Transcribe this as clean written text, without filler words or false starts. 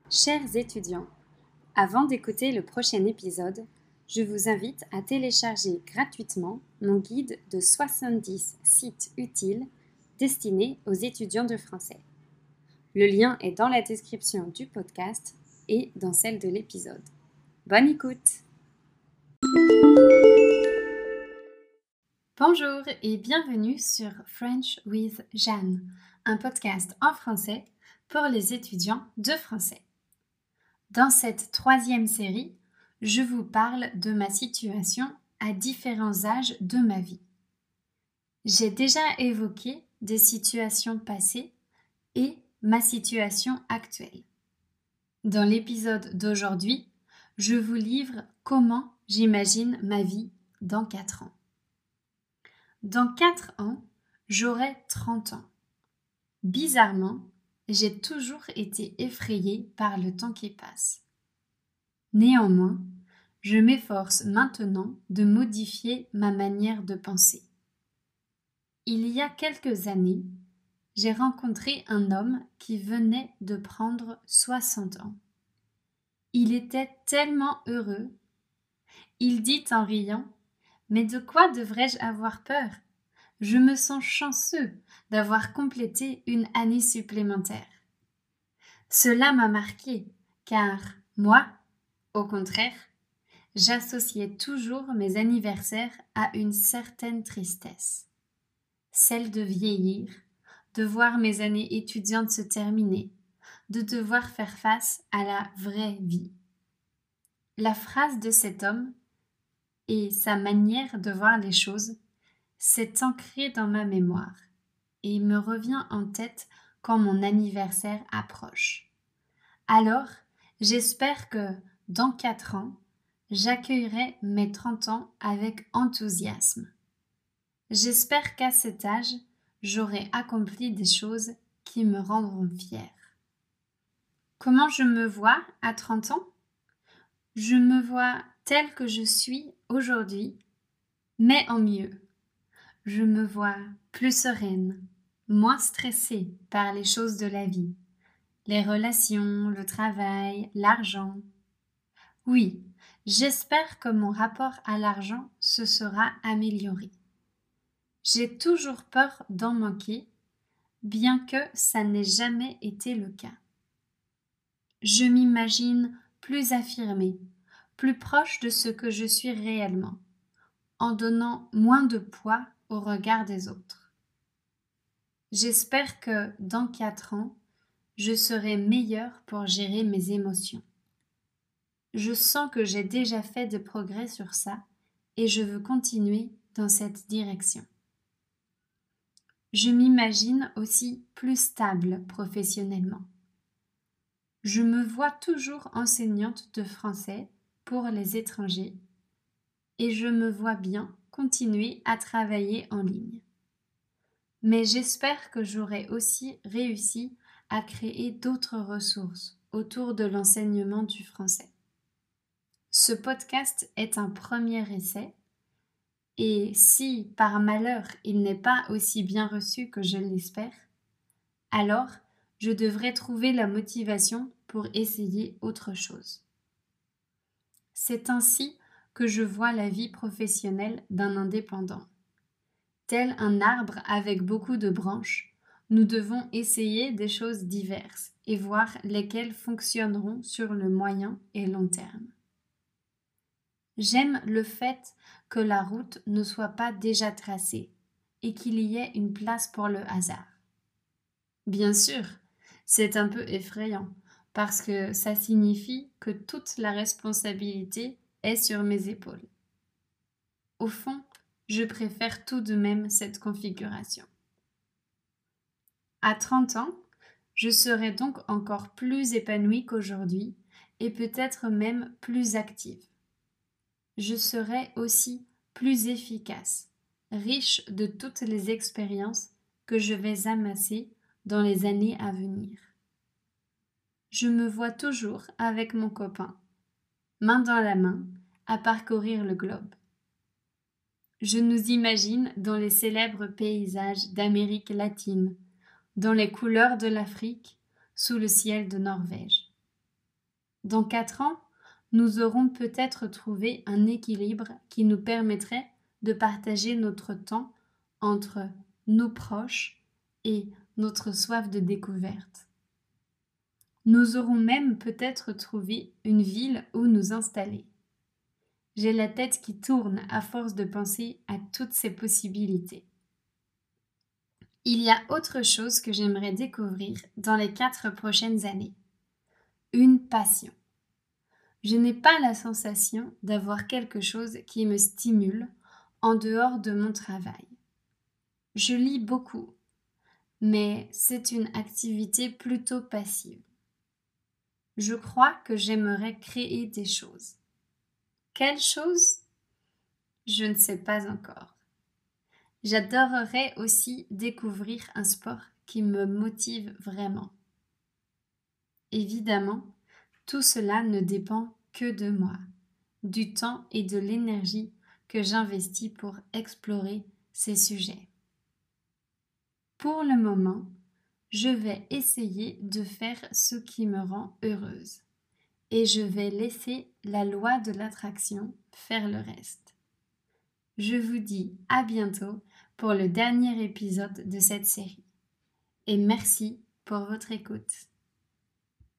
Chers étudiants, avant d'écouter le prochain épisode, je vous invite à télécharger gratuitement mon guide de 70 sites utiles destinés aux étudiants de français. Le lien est dans la description du podcast et dans celle de l'épisode. Bonne écoute! Bonjour et bienvenue sur French with Jeanne, un podcast en français pour les étudiants de français. Dans cette 3e série, je vous parle de ma situation à différents âges de ma vie. J'ai déjà évoqué des situations passées et ma situation actuelle. Dans l'épisode d'aujourd'hui, je vous livre comment j'imagine ma vie dans 4 ans. Dans 4 ans, j'aurai 30 ans. Bizarrement, j'ai toujours été effrayée par le temps qui passe. Néanmoins, je m'efforce maintenant de modifier ma manière de penser. Il y a quelques années, j'ai rencontré un homme qui venait de prendre 60 ans. Il était tellement heureux. Il dit en riant : « Mais de quoi devrais-je avoir peur ? Je me sens chanceux d'avoir complété une année supplémentaire. » Cela m'a marqué, car moi, au contraire, j'associais toujours mes anniversaires à une certaine tristesse, celle de vieillir, de voir mes années étudiantes se terminer, de devoir faire face à la vraie vie. La phrase de cet homme et sa manière de voir les choses s'est ancrée dans ma mémoire et me revient en tête quand mon anniversaire approche. Alors, j'espère que, dans 4 ans, j'accueillerai mes 30 ans avec enthousiasme. J'espère qu'à cet âge, j'aurai accompli des choses qui me rendront fière. Comment je me vois à 30 ans ? Je me vois telle que je suis aujourd'hui, mais en mieux. Je me vois plus sereine, moins stressée par les choses de la vie, les relations, le travail, l'argent. Oui, j'espère que mon rapport à l'argent se sera amélioré. J'ai toujours peur d'en manquer, bien que ça n'ait jamais été le cas. Je m'imagine plus affirmée, plus proche de ce que je suis réellement, en donnant moins de poids au regard des autres. J'espère que dans 4 ans, je serai meilleure pour gérer mes émotions. Je sens que j'ai déjà fait des progrès sur ça et je veux continuer dans cette direction. Je m'imagine aussi plus stable professionnellement. Je me vois toujours enseignante de français pour les étrangers et je me vois bien continuer à travailler en ligne. Mais j'espère que j'aurai aussi réussi à créer d'autres ressources autour de l'enseignement du français. Ce podcast est un premier essai et si par malheur il n'est pas aussi bien reçu que je l'espère, alors je devrais trouver la motivation pour essayer autre chose. C'est ainsi que je vois la vie professionnelle d'un indépendant. Tel un arbre avec beaucoup de branches, nous devons essayer des choses diverses et voir lesquelles fonctionneront sur le moyen et long terme. J'aime le fait que la route ne soit pas déjà tracée et qu'il y ait une place pour le hasard. Bien sûr, c'est un peu effrayant parce que ça signifie que toute la responsabilité est sur mes épaules. Au fond, je préfère tout de même cette configuration. À 30 ans, je serai donc encore plus épanouie qu'aujourd'hui et peut-être même plus active. Je serai aussi plus efficace, riche de toutes les expériences que je vais amasser dans les années à venir. Je me vois toujours avec mon copain, main dans la main, à parcourir le globe. Je nous imagine dans les célèbres paysages d'Amérique latine, dans les couleurs de l'Afrique, sous le ciel de Norvège. Dans 4 ans, nous aurons peut-être trouvé un équilibre qui nous permettrait de partager notre temps entre nos proches et notre soif de découverte. Nous aurons même peut-être trouvé une ville où nous installer. J'ai la tête qui tourne à force de penser à toutes ces possibilités. Il y a autre chose que j'aimerais découvrir dans les 4 prochaines années. Une passion. Je n'ai pas la sensation d'avoir quelque chose qui me stimule en dehors de mon travail. Je lis beaucoup, mais c'est une activité plutôt passive. Je crois que j'aimerais créer des choses. Quelles choses? Je ne sais pas encore. J'adorerais aussi découvrir un sport qui me motive vraiment. Évidemment, tout cela ne dépend que de moi, du temps et de l'énergie que j'investis pour explorer ces sujets. Pour le moment, je vais essayer de faire ce qui me rend heureuse et je vais laisser la loi de l'attraction faire le reste. Je vous dis à bientôt pour le dernier épisode de cette série et merci pour votre écoute.